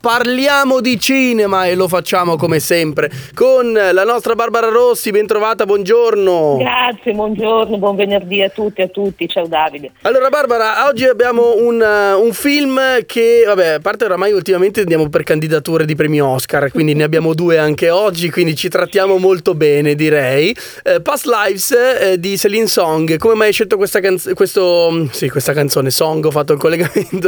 Parliamo di cinema e lo facciamo come sempre con la nostra Barbara Rossi. Bentrovata, buongiorno. Grazie, buongiorno, buon venerdì a tutti. Ciao Davide. Allora Barbara, oggi abbiamo un film che, vabbè, a parte oramai ultimamente andiamo per candidature di premi Oscar, quindi ne abbiamo due anche oggi, quindi ci trattiamo molto bene, direi. Past Lives di Celine Song. Come mai hai scelto questa canzone? Song, ho fatto il collegamento,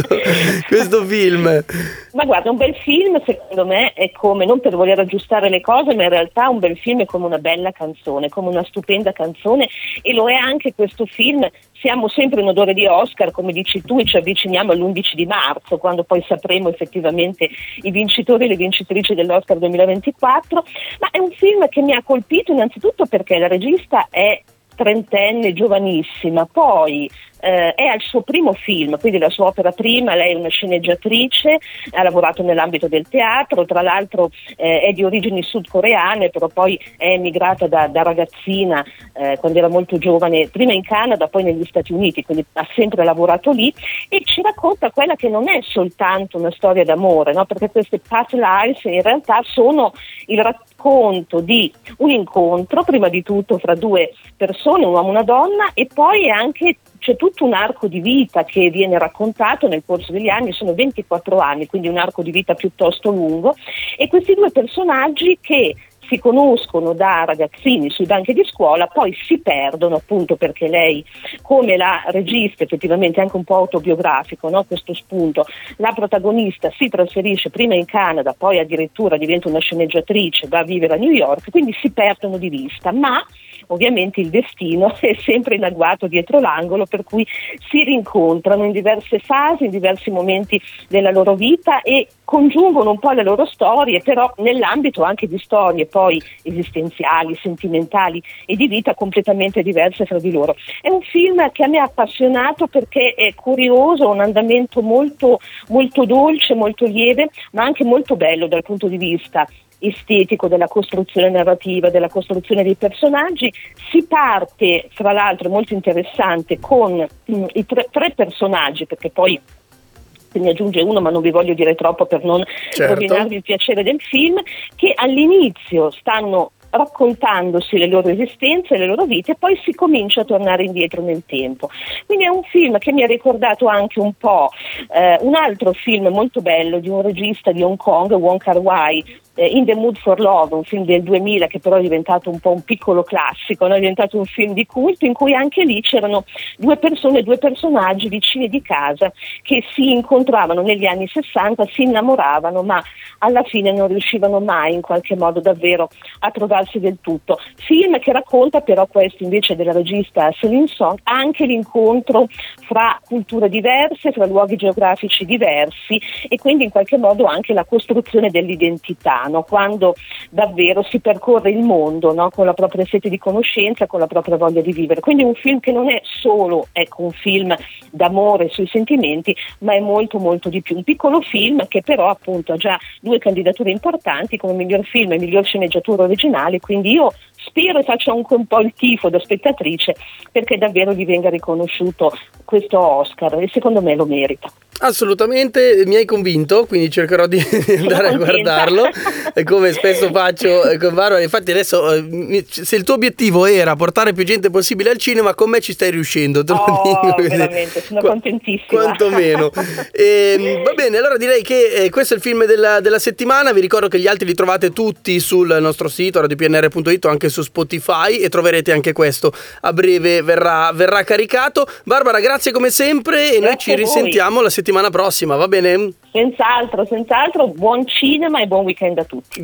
questo film. Ma guarda, un bel film secondo me è come, non per voler aggiustare le cose, ma in realtà un bel film è come una bella canzone, come una stupenda canzone, e lo è anche questo film. Siamo sempre in odore di Oscar, come dici tu, e ci avviciniamo all'11 di marzo, quando poi sapremo effettivamente i vincitori e le vincitrici dell'Oscar 2024, ma è un film che mi ha colpito innanzitutto perché la regista è trentenne, giovanissima, poi è al suo primo film, quindi la sua opera prima. Lei è una sceneggiatrice, ha lavorato nell'ambito del teatro, tra l'altro è di origini sudcoreane, però poi è emigrata da ragazzina quando era molto giovane, prima in Canada, poi negli Stati Uniti, quindi ha sempre lavorato lì, e ci racconta quella che non è soltanto una storia d'amore, no? Perché queste past lives in realtà sono il racconto di un incontro, prima di tutto fra due persone, un uomo e una donna, e poi c'è tutto un arco di vita che viene raccontato nel corso degli anni. Sono 24 anni, quindi un arco di vita piuttosto lungo, e questi due personaggi che si conoscono da ragazzini sui banchi di scuola, poi si perdono, appunto perché lei, come la regista, effettivamente anche un po' autobiografico, no? Questo spunto, la protagonista si trasferisce prima in Canada, poi addirittura diventa una sceneggiatrice, va a vivere a New York, quindi si perdono di vista, ma ovviamente il destino è sempre in agguato dietro l'angolo, per cui si rincontrano in diverse fasi, in diversi momenti della loro vita, e congiungono un po' le loro storie, però nell'ambito anche di storie poi esistenziali, sentimentali e di vita completamente diverse fra di loro. È un film che a me ha appassionato perché è curioso, ha un andamento molto, molto dolce, molto lieve, ma anche molto bello dal punto di vista estetico, della costruzione narrativa, della costruzione dei personaggi. Si parte, fra l'altro, molto interessante, con i tre personaggi, perché poi se ne aggiunge uno, ma non vi voglio dire troppo per non rovinarvi il piacere del film, che all'inizio stanno raccontandosi le loro esistenze, le loro vite, e poi si comincia a tornare indietro nel tempo. Quindi è un film che mi ha ricordato anche un po' un altro film molto bello di un regista di Hong Kong, Wong Kar-wai, In the Mood for Love, un film del 2000 che però è diventato un po' un piccolo classico, no? È diventato un film di culto, in cui anche lì c'erano due personaggi vicini di casa che si incontravano negli anni 60, si innamoravano, ma alla fine non riuscivano mai in qualche modo davvero a trovarsi del tutto. Film che racconta però, questo invece della regista Celine Song, anche l'incontro fra culture diverse, fra luoghi geografici diversi, e quindi in qualche modo anche la costruzione dell'identità, no? Quando davvero si percorre il mondo, no? Con la propria sete di conoscenza, con la propria voglia di vivere. Quindi un film che non è solo un film d'amore sui sentimenti, ma è molto molto di più. Un piccolo film che però appunto ha già due candidature importanti come miglior film e miglior sceneggiatura originale, quindi io spero e faccio anche un po' il tifo da spettatrice perché davvero gli venga riconosciuto questo Oscar, e secondo me lo merita. Assolutamente, mi hai convinto, quindi cercherò di andare a guardarlo, come spesso faccio con Barbara. Infatti adesso, se il tuo obiettivo era portare più gente possibile al cinema, con me ci stai riuscendo, te lo dico, veramente, sono contentissima. Quantomeno. Va bene, allora direi che questo è il film della settimana. Vi ricordo che gli altri li trovate tutti sul nostro sito radiopnr.it o anche su Spotify, e troverete anche questo a breve, verrà caricato. Barbara, grazie come sempre, e noi ci risentiamo la settimana prossima, va bene? Senz'altro, buon cinema e buon weekend a tutti.